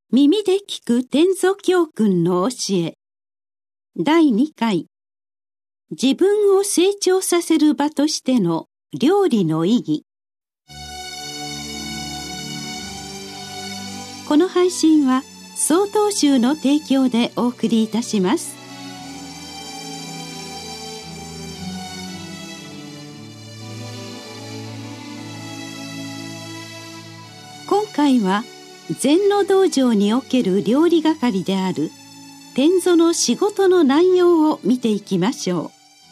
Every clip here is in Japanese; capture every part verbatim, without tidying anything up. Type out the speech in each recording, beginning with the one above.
耳で聞く天祖教訓の教えだいにかい、自分を成長させる場としての料理の意義。この配信は曹洞宗の提供でお送りいたします。今回は禅の道場における料理係である天祖の仕事の内容を見ていきましょう。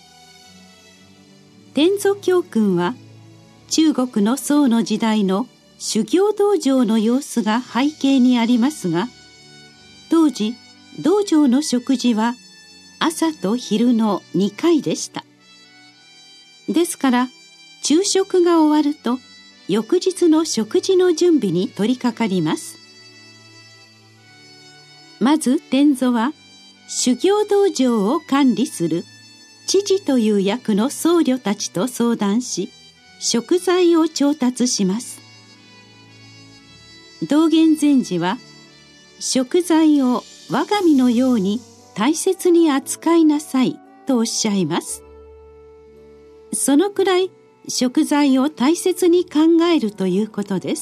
天祖教訓は中国の宋の時代の修行道場の様子が背景にありますが、当時道場の食事は朝と昼のにかいでした。ですから昼食が終わると翌日の食事の準備に取り掛かります。まず天祖は修行道場を管理する知事という役の僧侶たちと相談し、食材を調達します。道元禅師は食材を我が身のように大切に扱いなさいとおっしゃいます。そのくらい食材を大切に考えるということです。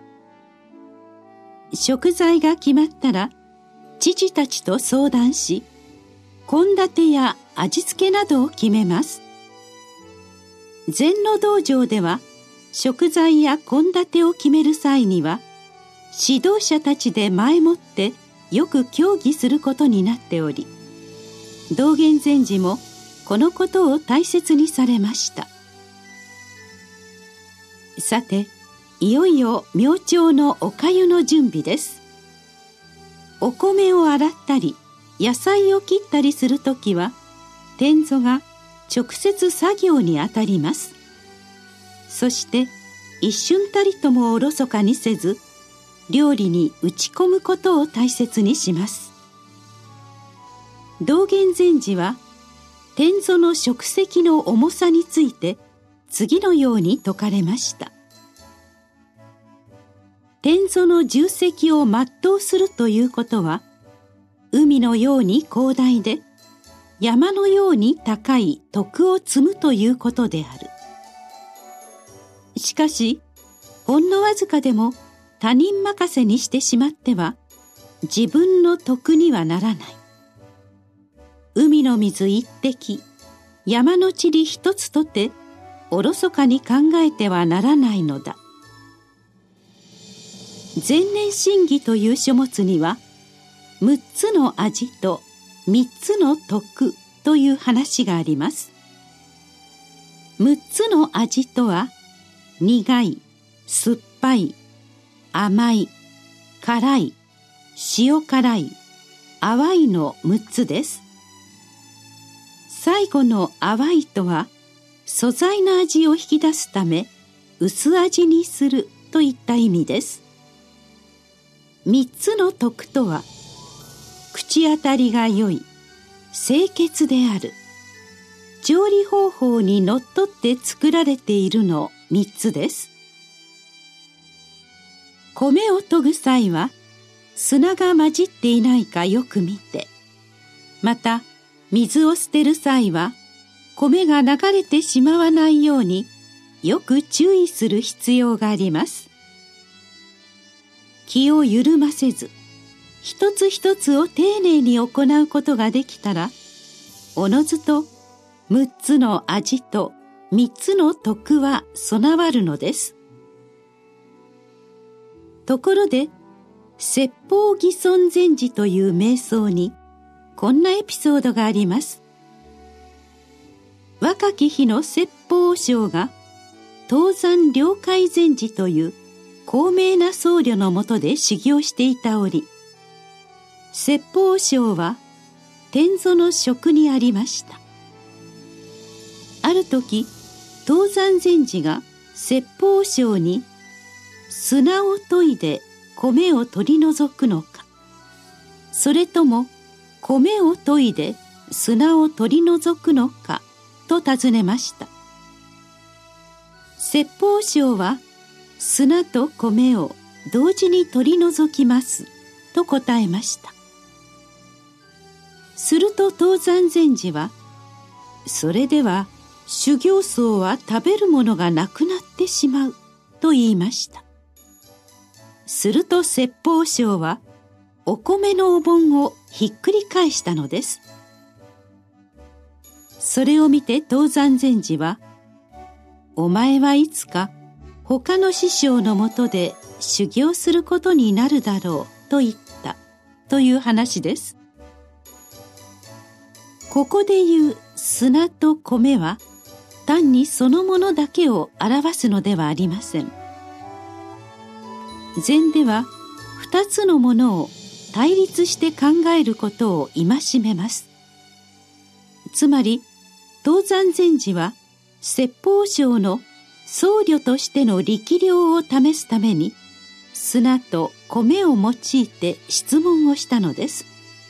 食材が決まったら知事たちと相談し、献立や味付けなどを決めます。禅の道場では食材や献立を決める際には指導者たちで前もってよく協議することになっており、道元禅師もこのことを大切にされました。さて、いよいよ明朝のお粥の準備です。お米を洗ったり野菜を切ったりするときは天祖が直接作業にあたります。そして一瞬たりともおろそかにせず料理に打ち込むことを大切にします。道元禅師は天祖の食席の重さについて次のように説かれました。天祖の重責を全うするということは、海のように広大で山のように高い徳を積むということである。しかしほんのわずかでも他人任せにしてしまっては自分の徳にはならない。海の水一滴、山の塵一つとておろそかに考えてはならないのだ。前年真義という書物にはむっつの味とみっつの徳という話があります。むっつの味とは苦い、酸っぱい、甘い、辛い、塩辛い、淡いのむっつです。最後の淡いとは素材の味を引き出すため薄味にするといった意味です。三つの徳とは口当たりが良い、清潔である、調理方法にのっとって作られているの三つです。米を研ぐ際は砂が混じっていないかよく見て、また水を捨てる際は米が流れてしまわないようによく注意する必要があります。気を緩ませず一つ一つを丁寧に行うことができたら、おのずと六つの味と三つの徳は備わるのです。ところで説法義尊禅師という瞑想にこんなエピソードがあります。若き日の説法和尚が東山了解禅師という高名な僧侶のもとで修行していた折、説法和尚は天祖の職にありました。ある時東山禅師が説法和尚に砂を研いで米を取り除くのか、それとも米を研いで砂を取り除くのかと尋ねました。説法和尚は砂と米を同時に取り除きますと答えました。すると東山禅師は、それでは修行僧は食べるものがなくなってしまうと言いました。すると説法僧はお米のお盆をひっくり返したのです。それを見て東山禅師は、お前はいつか他の師匠のもとで修行することになるだろうと言ったという話です。ここで言う砂と米は単にそのものだけを表すのではありません。禅では二つのものを対立して考えることを戒めます。つまり東山禅師は説法僧の僧侶としての力量を試すために砂と米を用いて質問をしたのです。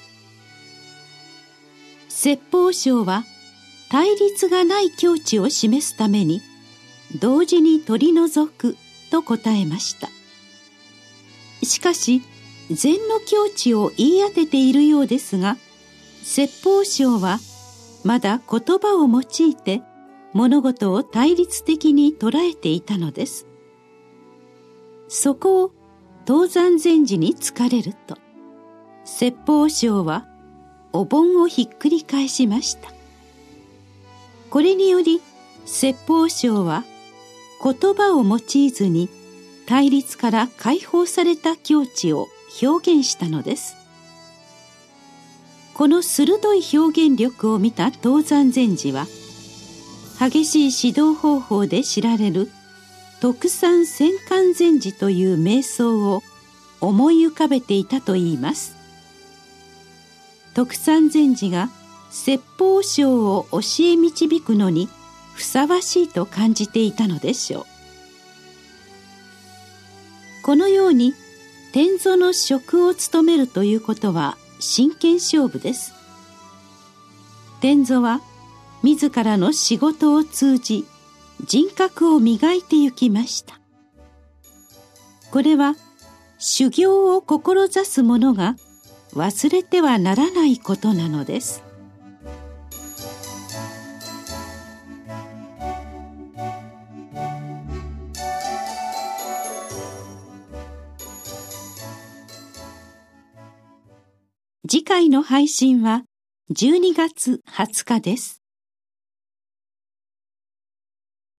説法僧は対立がない境地を示すために同時に取り除くと答えました。しかし禅の境地を言い当てているようですが、説法僧はまだ言葉を用いて物事を対立的に捉えていたのです。そこを東山禅師に突かれると、説法僧はお盆をひっくり返しました。これにより説法僧は言葉を用いずに対立から解放された境地を表現したのです。この鋭い表現力を見た東山禅師は、激しい指導方法で知られる徳山戦観禅師という瞑想を思い浮かべていたといいます。徳山禅師が説法僧を教え導くのにふさわしいと感じていたのでしょう。このように天蔵の職を務めるということは真剣勝負です。天蔵は自らの仕事を通じ人格を磨いてゆきました。これは修行を志す者が忘れてはならないことなのです。次回の配信はじゅうにがつはつかです。